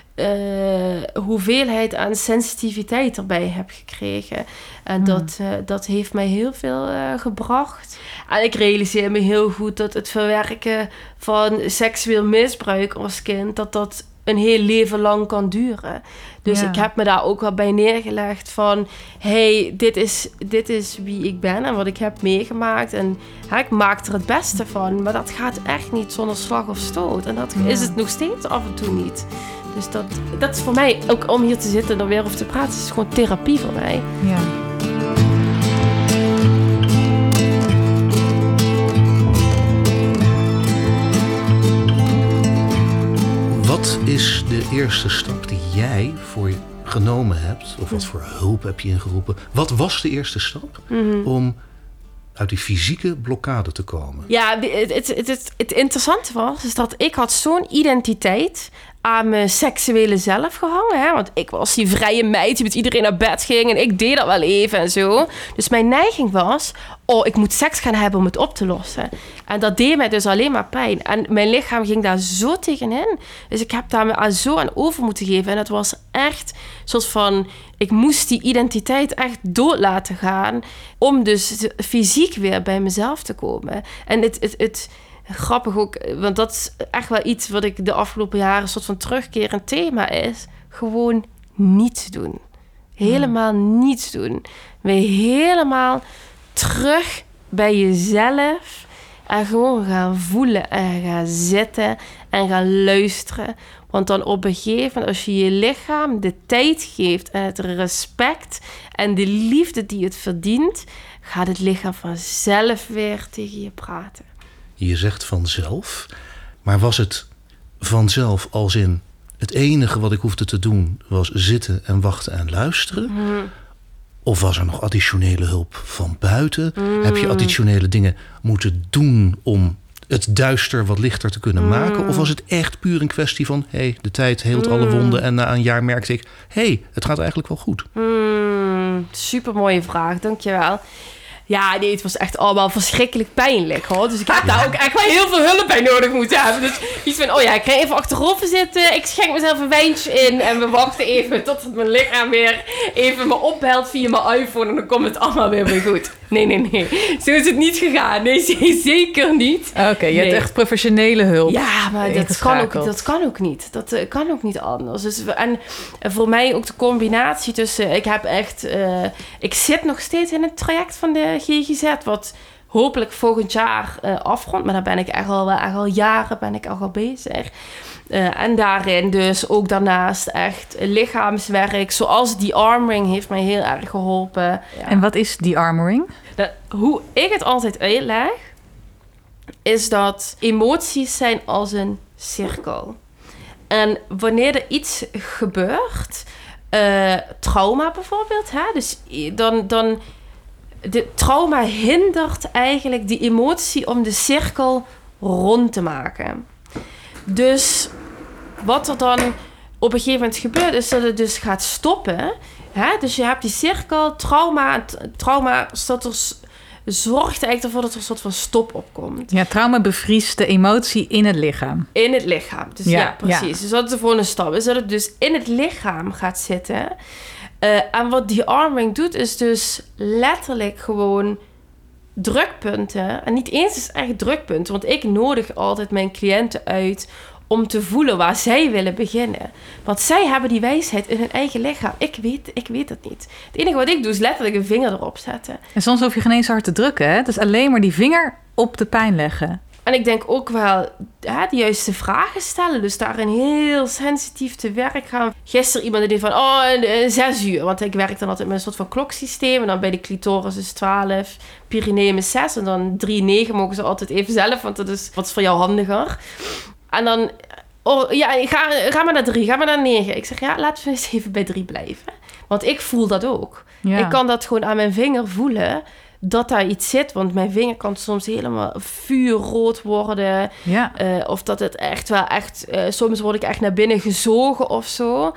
uh, hoeveelheid aan sensitiviteit erbij heb gekregen. En mm. dat, uh, dat heeft mij heel veel uh, gebracht. En ik realiseer me heel goed dat het verwerken van seksueel misbruik als kind, dat dat een heel leven lang kan duren. Dus ja. ik heb me daar ook wel bij neergelegd van... hey, dit is, dit is wie ik ben en wat ik heb meegemaakt. En ja, ik maak er het beste van. Maar dat gaat echt niet zonder slag of stoot. En dat ja. is het nog steeds af en toe niet. Dus dat, dat is voor mij, ook om hier te zitten en er weer over te praten... is gewoon therapie voor mij. Ja. Wat is de eerste stap die jij voor je genomen hebt? Of wat voor hulp heb je ingeroepen? Wat was de eerste stap mm-hmm. om uit die fysieke blokkade te komen? Ja, het, het, het, het, het interessante was is dat ik had zo'n identiteit aan mijn seksuele zelf gehangen. Hè? Want ik was die vrije meid die met iedereen naar bed ging... en ik deed dat wel even en zo. Dus mijn neiging was... oh, ik moet seks gaan hebben om het op te lossen. En dat deed mij dus alleen maar pijn. En mijn lichaam ging daar zo tegenin. Dus ik heb daar me zo aan over moeten geven. En het was echt een soort van... ik moest die identiteit echt dood laten gaan... om dus fysiek weer bij mezelf te komen. En het... het, het grappig ook, want dat is echt wel iets wat ik de afgelopen jaren een soort van terugkerend thema is. Gewoon niets doen. Helemaal hmm. niets doen. Weer helemaal terug bij jezelf en gewoon gaan voelen en gaan zitten en gaan luisteren. Want dan op een gegeven moment, als je je lichaam de tijd geeft en het respect en de liefde die het verdient, gaat het lichaam vanzelf weer tegen je praten. Je zegt vanzelf, maar was het vanzelf als in... het enige wat ik hoefde te doen was zitten en wachten en luisteren? Mm. Of was er nog additionele hulp van buiten? Mm. Heb je additionele dingen moeten doen om het duister wat lichter te kunnen mm. maken? Of was het echt puur een kwestie van... hé, hey, de tijd heelt mm. alle wonden en na een jaar merkte ik... hé, hey, het gaat eigenlijk wel goed. Mm. Supermooie vraag, dankjewel. Ja, nee, het was echt allemaal verschrikkelijk pijnlijk, hoor. Dus ik heb daar ook echt wel heel veel hulp bij nodig moeten hebben. Dus iets van, oh ja, ik ga even achterover zitten. Ik schenk mezelf een wijntje in. En we wachten even tot mijn lichaam weer even me opbelt via mijn iPhone. En dan komt het allemaal weer weer goed. Nee, nee, nee. Zo is het niet gegaan. Nee, zeker niet. Oké, okay, je nee. hebt echt professionele hulp. Ja, maar dat kan, ook, dat kan ook niet. Dat uh, kan ook niet anders. Dus, en uh, voor mij ook de combinatie tussen... Ik heb echt... Uh, ik zit nog steeds in het traject van de G G Z... wat hopelijk volgend jaar uh, afrondt. Maar daar ben ik echt al, echt al jaren ben ik al bezig. Uh, en daarin dus ook daarnaast echt lichaamswerk... zoals de-armoring heeft mij heel erg geholpen. Ja. En wat is de-armoring? Nou, hoe ik het altijd uitleg... is dat emoties zijn als een cirkel. En wanneer er iets gebeurt... Uh, trauma bijvoorbeeld... Hè, dus dan... dan de trauma hindert eigenlijk die emotie om de cirkel rond te maken. Dus wat er dan op een gegeven moment gebeurt, is dat het dus gaat stoppen. Hè? Dus je hebt die cirkel, trauma, trauma dat er zorgt eigenlijk ervoor dat er een soort van stop op komt. Ja, trauma bevriest de emotie in het lichaam. In het lichaam. Dus ja, ja precies. Ja. Dus dat is de volgende stap. Is dat het dus in het lichaam gaat zitten. Uh, en wat de-armoring doet, is dus letterlijk gewoon drukpunten. En niet eens is echt drukpunten. Want ik nodig altijd mijn cliënten uit om te voelen waar zij willen beginnen. Want zij hebben die wijsheid in hun eigen lichaam. Ik weet, ik weet het niet. Het enige wat ik doe is letterlijk een vinger erop zetten. En soms hoef je geen eens hard te drukken. Hè? Dus alleen maar die vinger op de pijn leggen. En ik denk ook wel hè, de juiste vragen stellen. Dus daarin heel sensitief te werk gaan. Gisteren iemand die van, oh, zes uur. Want ik werk dan altijd met een soort van kloksysteem. En dan bij de clitoris is twaalf, perineum is zes. En dan drie, negen mogen ze altijd even zelf. Want dat is wat is voor jou handiger. En dan, oh ja, ga, ga maar naar drie, ga maar naar negen. Ik zeg, ja, laten we eens even bij drie blijven. Want ik voel dat ook. Ja. Ik kan dat gewoon aan mijn vinger voelen, dat daar iets zit. Want mijn vinger kan soms helemaal vuurrood worden. Ja. Uh, of dat het echt wel echt, uh, soms word ik echt naar binnen gezogen of zo.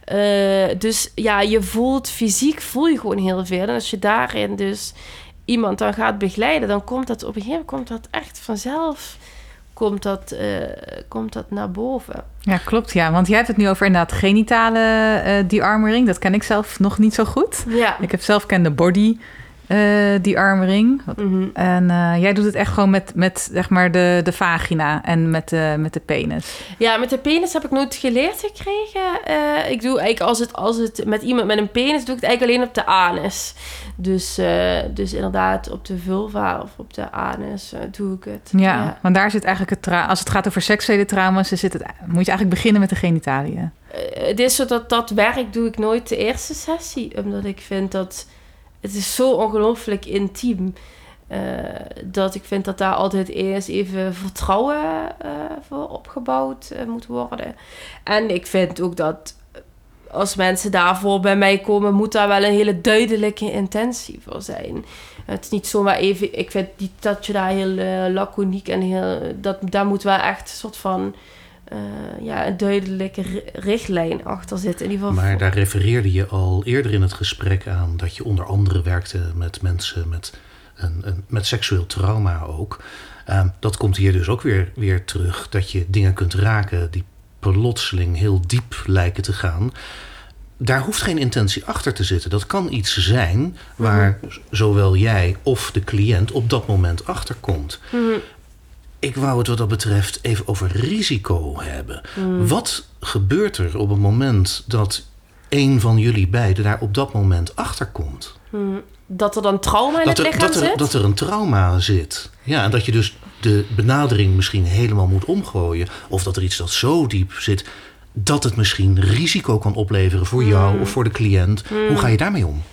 Uh, dus ja, je voelt, fysiek voel je gewoon heel veel. En als je daarin dus iemand dan gaat begeleiden, dan komt dat op een gegeven moment komt dat echt vanzelf... Komt dat, uh, komt dat naar boven. Ja, klopt. Ja, want jij hebt het nu over inderdaad genitale uh, de-armoring. Dat ken ik zelf nog niet zo goed. Ja. Ik heb zelf ken de body uh, de-armoring. Mm-hmm. En uh, jij doet het echt gewoon met, met zeg maar de, de vagina en met de, met de penis. Ja, met de penis heb ik nooit geleerd gekregen. Uh, ik doe eigenlijk als het, als het met iemand met een penis, doe ik het eigenlijk alleen op de anus. Dus, uh, dus inderdaad op de vulva of op de anus uh, doe ik het. Ja, ja, want daar zit eigenlijk het tra- als het gaat over seksuele trauma's, dan zit het, moet je eigenlijk beginnen met de genitaliën. Uh, het is zo dat dat werk doe ik nooit de eerste sessie, omdat ik vind dat het is zo ongelooflijk intiem. Uh, dat ik vind dat daar altijd eerst even vertrouwen uh, voor opgebouwd uh, moet worden. En ik vind ook dat als mensen daarvoor bij mij komen, moet daar wel een hele duidelijke intentie voor zijn. Het is niet zomaar even, ik vind niet dat je daar heel uh, laconiek en heel, dat, daar moet wel echt een soort van uh, ja, een duidelijke richtlijn achter zitten. In ieder geval. Maar daar refereerde je al eerder in het gesprek aan dat je onder andere werkte met mensen met, een, een, met seksueel trauma ook. Uh, dat komt hier dus ook weer, weer terug, dat je dingen kunt raken die plotseling heel diep lijken te gaan. Daar hoeft geen intentie achter te zitten. Dat kan iets zijn waar mm-hmm. zowel jij of de cliënt op dat moment achter komt. Mm-hmm. Ik wou het wat dat betreft even over risico hebben. Mm. Wat gebeurt er op het moment dat een van jullie beiden daar op dat moment achter komt? Mm. Dat er dan trauma in dat het er, lichaam dat er, zit? Dat er een trauma zit. Ja, en dat je dus de benadering misschien helemaal moet omgooien. Of dat er iets dat zo diep zit dat het misschien risico kan opleveren voor jou mm. of voor de cliënt. Mm. Hoe ga je daarmee om?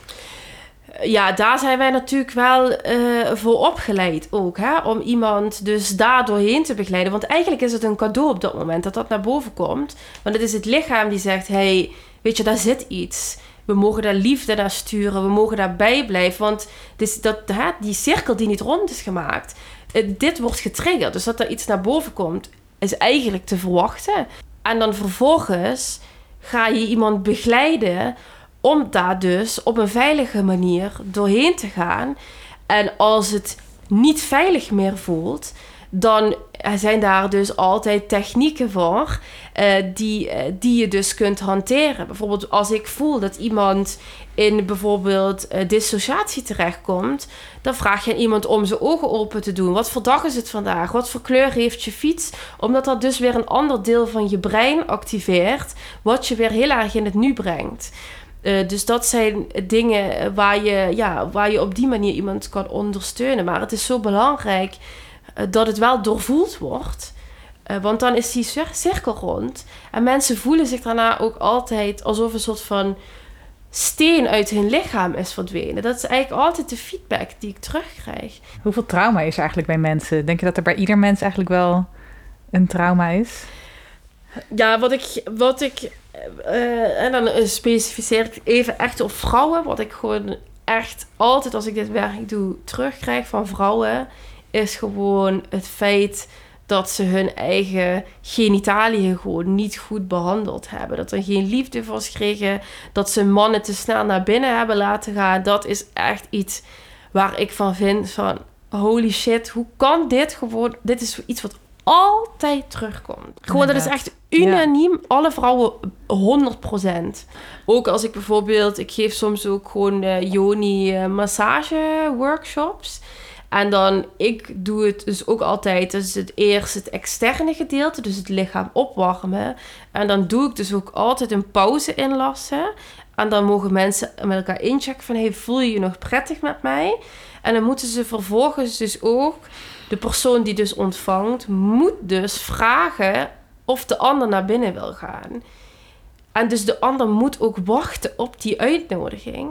Ja, daar zijn wij natuurlijk wel uh, voor opgeleid ook. Hè? Om iemand dus daar doorheen te begeleiden. Want eigenlijk is het een cadeau op dat moment dat dat naar boven komt. Want het is het lichaam die zegt, hey, weet je, daar zit iets. We mogen daar liefde naar sturen. We mogen daarbij blijven. Want dus dat, hè, die cirkel die niet rond is gemaakt, uh, dit wordt getriggerd. Dus dat er iets naar boven komt, is eigenlijk te verwachten. En dan vervolgens ga je iemand begeleiden om daar dus op een veilige manier doorheen te gaan. En als het niet veilig meer voelt, dan zijn daar dus altijd technieken voor uh, die, uh, die je dus kunt hanteren. Bijvoorbeeld als ik voel dat iemand in bijvoorbeeld uh, dissociatie terechtkomt, dan vraag je aan iemand om zijn ogen open te doen. Wat voor dag is het vandaag? Wat voor kleur heeft je fiets? Omdat dat dus weer een ander deel van je brein activeert, wat je weer heel erg in het nu brengt. Uh, dus dat zijn dingen waar je, ja, waar je op die manier iemand kan ondersteunen. Maar het is zo belangrijk uh, dat het wel doorvoeld wordt. Uh, want dan is die cirkel rond. En mensen voelen zich daarna ook altijd alsof een soort van steen uit hun lichaam is verdwenen. Dat is eigenlijk altijd de feedback die ik terugkrijg. Hoeveel trauma is er eigenlijk bij mensen? Denk je dat er bij ieder mens eigenlijk wel een trauma is? Ja, wat ik... Wat ik uh, en dan specificeer ik even echt op vrouwen. Wat ik gewoon echt altijd als ik dit werk doe terugkrijg van vrouwen, is gewoon het feit dat ze hun eigen genitaliën gewoon niet goed behandeld hebben. Dat er geen liefde was gekregen. Dat ze mannen te snel naar binnen hebben laten gaan. Dat is echt iets waar ik van vind van... Holy shit, hoe kan dit gewoon... Dit is iets wat altijd terugkomt. Gewoon, dat is echt unaniem. Ja. Alle vrouwen honderd procent. Ook als ik bijvoorbeeld... Ik geef soms ook gewoon uh, yoni uh, massage workshops. En dan, ik doe het dus ook altijd... Dus het eerst het externe gedeelte. Dus het lichaam opwarmen. En dan doe ik dus ook altijd een pauze inlassen. En dan mogen mensen met elkaar inchecken van... Hey, voel je je nog prettig met mij? En dan moeten ze vervolgens dus ook... De persoon die dus ontvangt... moet dus vragen of de ander naar binnen wil gaan. En dus de ander moet ook wachten op die uitnodiging.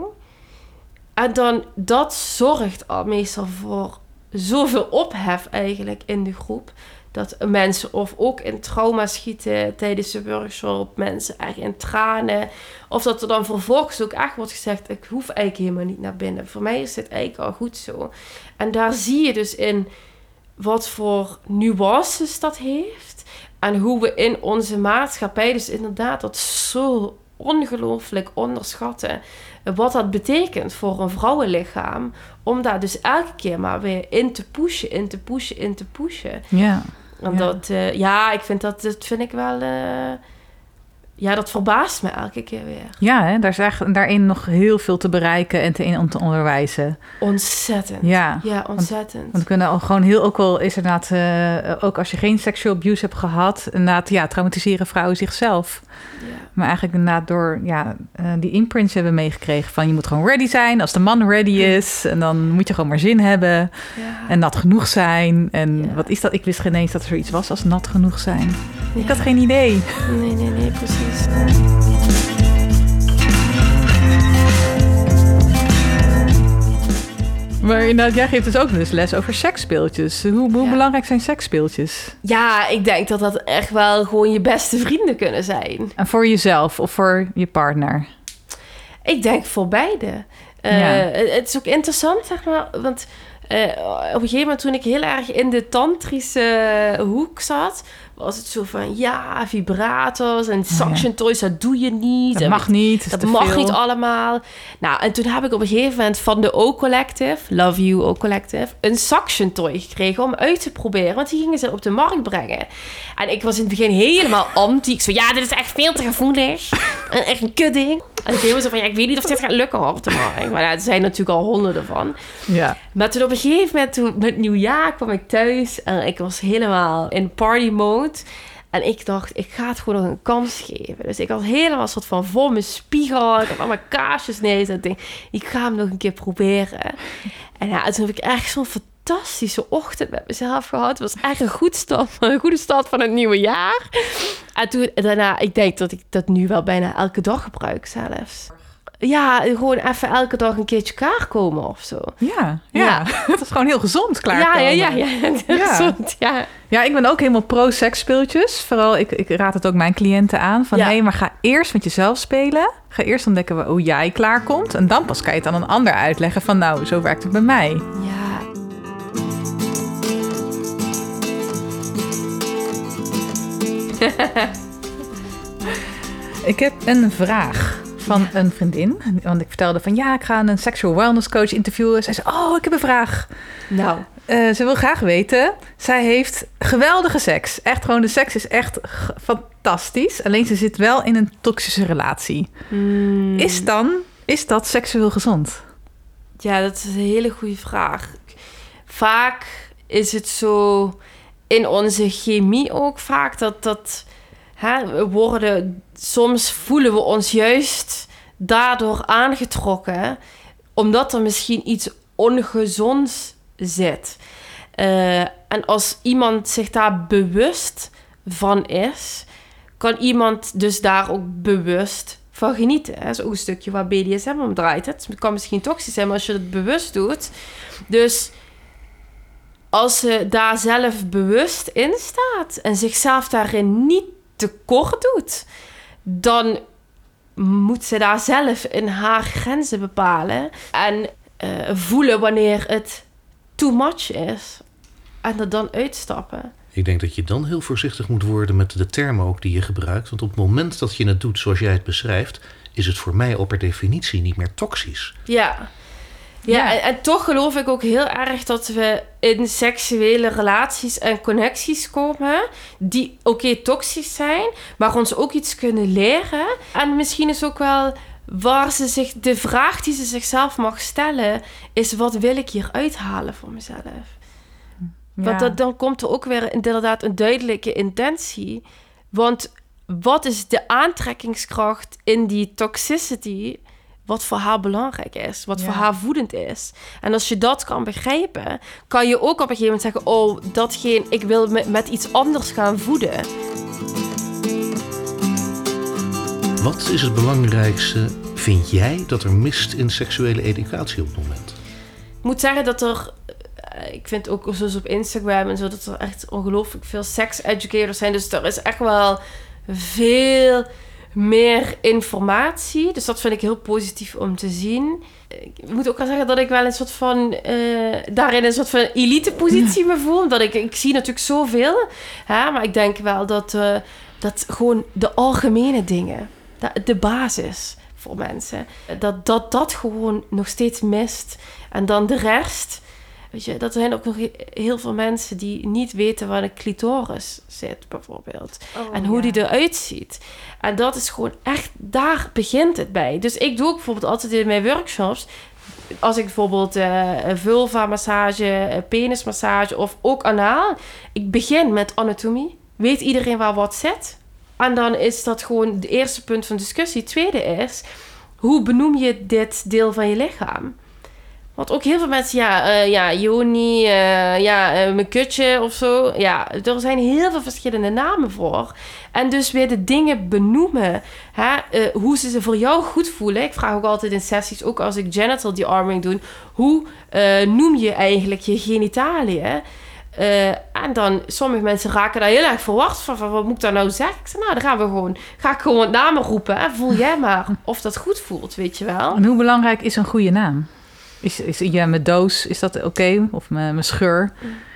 En dan, dat zorgt al meestal voor zoveel ophef eigenlijk in de groep... dat mensen of ook in trauma schieten tijdens de workshop... mensen echt in tranen... of dat er dan vervolgens ook echt wordt gezegd... ik hoef eigenlijk helemaal niet naar binnen. Voor mij is dit eigenlijk al goed zo. En daar zie je dus in wat voor nuances dat heeft... en hoe we in onze maatschappij dus inderdaad dat zo ongelooflijk onderschatten... wat dat betekent voor een vrouwenlichaam... om daar dus elke keer maar weer in te pushen, in te pushen, in te pushen. Ja. En ja. dat, uh, ja, ik vind dat, dat vind ik wel... Uh, ja, dat verbaast me elke keer weer. Ja, hè? Daar is echt, daarin nog heel veel te bereiken en te, in, te onderwijzen. Ontzettend. Ja, ja ontzettend. Want, want we kunnen al gewoon heel, ook wel is inderdaad, uh, ook als je geen sexual abuse hebt gehad, inderdaad, ja, traumatiseren vrouwen zichzelf. Ja. Maar eigenlijk inderdaad door, ja, uh, die imprints hebben we meegekregen van je moet gewoon ready zijn als de man ready is. En dan moet je gewoon maar zin hebben. Ja. En nat genoeg zijn. En ja. Wat is dat? Ik wist geen eens dat er zoiets was als nat genoeg zijn. Ja. Ik had geen idee. Nee, nee, nee, precies. Maar inderdaad, jij geeft dus ook dus les over seksspeeltjes. Hoe, hoe ja. belangrijk zijn seksspeeltjes? Ja, ik denk dat dat echt wel gewoon je beste vrienden kunnen zijn. En voor jezelf of voor je partner? Ik denk voor beide. Uh, ja. Het is ook interessant, zeg maar, want uh, op een gegeven moment toen ik heel erg in de tantrische hoek zat... was het zo van, ja, vibrators en suction toys, dat doe je niet. Dat mag niet. Dat mag niet allemaal. Nou, en toen heb ik op een gegeven moment van de O Collective, Love You O Collective, een suction toy gekregen om uit te proberen. Want die gingen ze op de markt brengen. En ik was in het begin helemaal anti. Ik zo, ja, dit is echt veel te gevoelig. En echt een kutding. En ik was zo van, ja, ik weet niet of dit gaat lukken op de markt. Maar ja, er zijn natuurlijk al honderden van. Ja. Maar toen op een gegeven moment, toen, met nieuwjaar kwam ik thuis en ik was helemaal in party mode. En ik dacht, ik ga het gewoon nog een kans geven. Dus ik had helemaal een soort van voor mijn spiegel. Ik had allemaal kaarsjes neergezet. Ik ga hem nog een keer proberen. En ja, toen heb ik echt zo'n fantastische ochtend met mezelf gehad. Het was echt een, goed start, een goede start van het nieuwe jaar. En toen daarna, ik denk dat ik dat nu wel bijna elke dag gebruik zelfs. Ja, gewoon even elke dag een keertje klaarkomen of zo. Ja, ja. ja. Het is gewoon heel gezond klaarkomen. Ja, ja, ja. ja. ja. Gezond, ja. Ja, ik ben ook helemaal pro-seksspeeltjes. Vooral, ik, ik raad het ook mijn cliënten aan. Van, ja. hé, hey, maar ga eerst met jezelf spelen. Ga eerst ontdekken hoe jij klaarkomt. En dan pas kan je het aan een ander uitleggen van, nou, zo werkt het bij mij. Ja. Ik heb een vraag van een vriendin. Want ik vertelde van, ja, ik ga een sexual wellness coach interviewen. Zij zei, oh, ik heb een vraag. Nou. Uh, ze wil graag weten. Zij heeft geweldige seks. Echt gewoon, de seks is echt g- fantastisch. Alleen ze zit wel in een toxische relatie. Mm. Is dan, is dat seksueel gezond? Ja, dat is een hele goede vraag. Vaak is het zo in onze chemie ook vaak dat dat... Hè, we worden, soms voelen we ons juist daardoor aangetrokken, omdat er misschien iets ongezonds zit. Uh, en als iemand zich daar bewust van is, kan iemand dus daar ook bewust van genieten. Dat is ook een stukje waar B D S M om draait. Het kan misschien toxisch zijn, maar als je het bewust doet. Dus als ze daar zelf bewust in staat en zichzelf daarin niet tekort doet, dan moet ze daar zelf in haar grenzen bepalen en uh, voelen wanneer het too much is en er dan uitstappen. Ik denk dat je dan heel voorzichtig moet worden met de termen ook die je gebruikt. Want op het moment dat je het doet zoals jij het beschrijft, is het voor mij al per definitie niet meer toxisch. Ja. Ja, ja. En, en toch geloof ik ook heel erg dat we in seksuele relaties en connecties komen die oké okay, toxisch zijn, maar ons ook iets kunnen leren. En misschien is ook wel waar ze zich, de vraag die ze zichzelf mag stellen, is wat wil ik hier uithalen voor mezelf? Ja. Want dat, dan komt er ook weer inderdaad een duidelijke intentie. Want wat is de aantrekkingskracht in die toxicity, wat voor haar belangrijk is, wat ja. voor haar voedend is? En als je dat kan begrijpen, kan je ook op een gegeven moment zeggen, oh, datgene, ik wil me met iets anders gaan voeden. Wat is het belangrijkste, vind jij, dat er mist in seksuele educatie op het moment? Ik moet zeggen dat er, ik vind ook zoals op Instagram en zo, dat er echt ongelooflijk veel sex-educators zijn. Dus er is echt wel veel meer informatie. Dus dat vind ik heel positief om te zien. Ik moet ook wel zeggen dat ik wel een soort van uh, daarin een soort van elite positie me voel. Dat ik, ik zie natuurlijk zoveel. Hè, maar ik denk wel dat, uh, dat gewoon de algemene dingen, de, de basis voor mensen, dat, dat dat gewoon nog steeds mist. En dan de rest. Weet je, dat zijn ook nog heel veel mensen die niet weten waar een clitoris zit, bijvoorbeeld. Oh, en hoe ja. die eruit ziet. En dat is gewoon echt, daar begint het bij. Dus ik doe ook bijvoorbeeld altijd in mijn workshops, als ik bijvoorbeeld uh, vulva-massage, uh, penismassage of ook anaal. Ik begin met anatomie. Weet iedereen waar wat zit? En dan is dat gewoon het eerste punt van discussie. Het tweede is, hoe benoem je dit deel van je lichaam? Want ook heel veel mensen, ja, uh, ja, Joni, uh, ja, uh, mijn kutje of zo. Ja, er zijn heel veel verschillende namen voor. En dus weer de dingen benoemen. Hè? Uh, hoe ze ze voor jou goed voelen. Ik vraag ook altijd in sessies, ook als ik genital de-arming doe. Hoe uh, noem je eigenlijk je genitaliën? Uh, en dan, sommige mensen raken daar heel erg verward van, van. Wat moet ik daar nou zeggen? Ik zeg, nou, dan gaan we gewoon, ga ik gewoon namen roepen. En voel jij maar of dat goed voelt, weet je wel. En hoe belangrijk is een goede naam? Is, is ja, mijn doos, is dat oké? Okay? Of mijn, mijn scheur?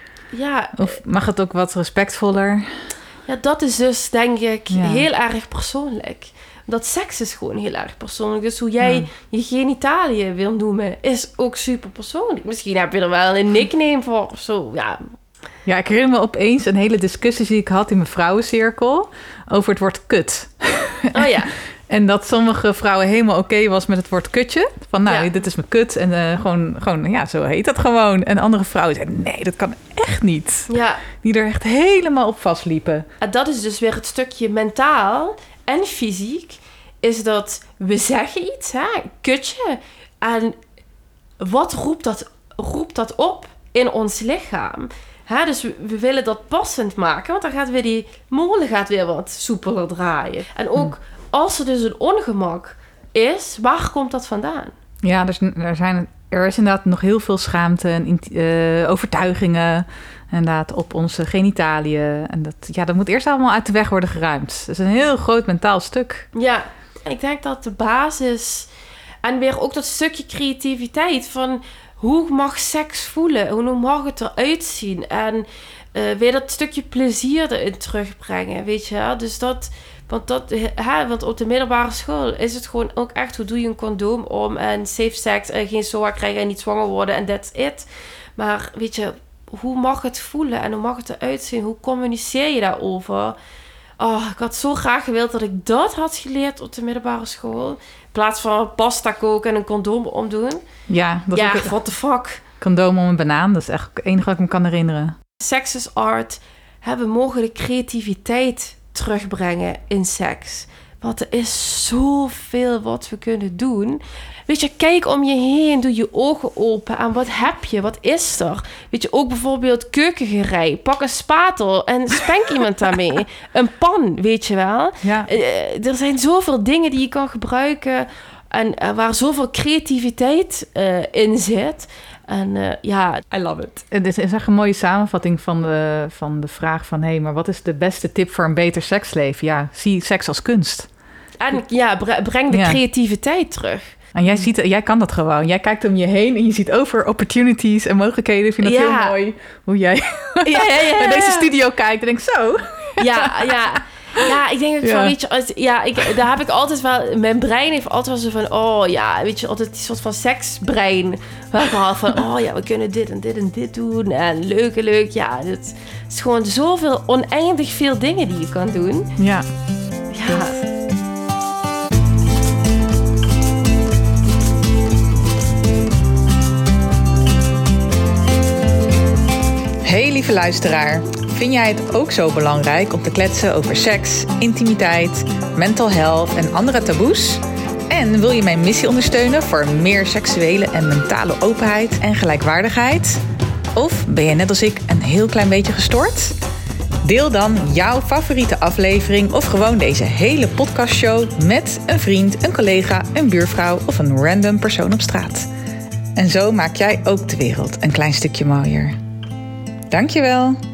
Ja. Of mag het ook wat respectvoller? Ja, dat is dus, denk ik, ja. heel erg persoonlijk. Dat seks is gewoon heel erg persoonlijk. Dus hoe jij ja. je genitaliën wil noemen, is ook super persoonlijk. Misschien heb je er wel een nickname voor of zo, ja. Ja, ik herinner me opeens een hele discussie die ik had in mijn vrouwencirkel over het woord kut. Oh ja. En dat sommige vrouwen helemaal oké okay was met het woord kutje. Van nou, ja. dit is mijn kut. En uh, gewoon, gewoon, ja, zo heet dat gewoon. En andere vrouwen zeiden, nee, dat kan echt niet. Ja. Die er echt helemaal op vastliepen. En dat is dus weer het stukje mentaal en fysiek. Is dat we zeggen iets, hè, kutje. En wat roept dat, roept dat op in ons lichaam? Hè, dus we, we willen dat passend maken. Want dan gaat weer die molen gaat weer wat soepeler draaien. En ook... Hmm. Als er dus een ongemak is, waar komt dat vandaan? Ja, dus er, zijn, er is inderdaad nog heel veel schaamte en uh, overtuigingen inderdaad, op onze genitaliën. En dat, ja, dat moet eerst allemaal uit de weg worden geruimd. Dat is een heel groot mentaal stuk. Ja, ik denk dat de basis... En weer ook dat stukje creativiteit van... Hoe mag seks voelen? Hoe mag het eruit zien? En uh, weer dat stukje plezier erin terugbrengen, weet je? Dus dat... Want, dat, hè, want op de middelbare school is het gewoon ook echt... hoe doe je een condoom om en safe sex... en geen S O A krijgen en niet zwanger worden en that's it. Maar weet je, hoe mag het voelen en hoe mag het eruit zien? Hoe communiceer je daarover? Oh, ik had zo graag gewild dat ik dat had geleerd op de middelbare school. In plaats van pasta koken en een condoom omdoen. Ja, dat ja, is ook what the fuck. Condoom om een banaan, dat is echt het enige wat ik me kan herinneren. Sex is art. Hè, we mogen de creativiteit... terugbrengen in seks. Want er is zoveel wat we kunnen doen. Weet je, kijk om je heen, doe je ogen open. En wat heb je? Wat is er? Weet je, ook bijvoorbeeld keukengerei. Pak een spatel en spank iemand daarmee. Een pan, weet je wel. Ja. Uh, er zijn zoveel dingen die je kan gebruiken. En uh, waar zoveel creativiteit uh, in zit. En uh, ja, I love it. Het is echt een mooie samenvatting van de, van de vraag van... hé, hey, maar wat is de beste tip voor een beter seksleven? Ja, zie seks als kunst. En ja, breng de ja. creativiteit terug. En jij, ziet, jij kan dat gewoon. Jij kijkt om je heen en je ziet over opportunities en mogelijkheden. Ik vind dat ja. heel mooi hoe jij ja, ja, ja, naar deze studio kijkt en denkt zo. Ja, ja. Ja, ik denk ook ja. van, weet je, ja, ik, daar heb ik altijd wel, mijn brein heeft altijd wel zo van, oh ja, weet je, altijd die soort van seksbrein. Waar ik al van, oh ja, we kunnen dit en dit en dit doen. En leuk en leuk, ja, het is gewoon zoveel, oneindig veel dingen die je kan doen. Ja. Ja. Hey lieve luisteraar, vind jij het ook zo belangrijk om te kletsen over seks, intimiteit, mental health en andere taboes? En wil je mijn missie ondersteunen voor meer seksuele en mentale openheid en gelijkwaardigheid? Of ben je net als ik een heel klein beetje gestoord? Deel dan jouw favoriete aflevering of gewoon deze hele podcastshow met een vriend, een collega, een buurvrouw of een random persoon op straat. En zo maak jij ook de wereld een klein stukje mooier. Dankjewel.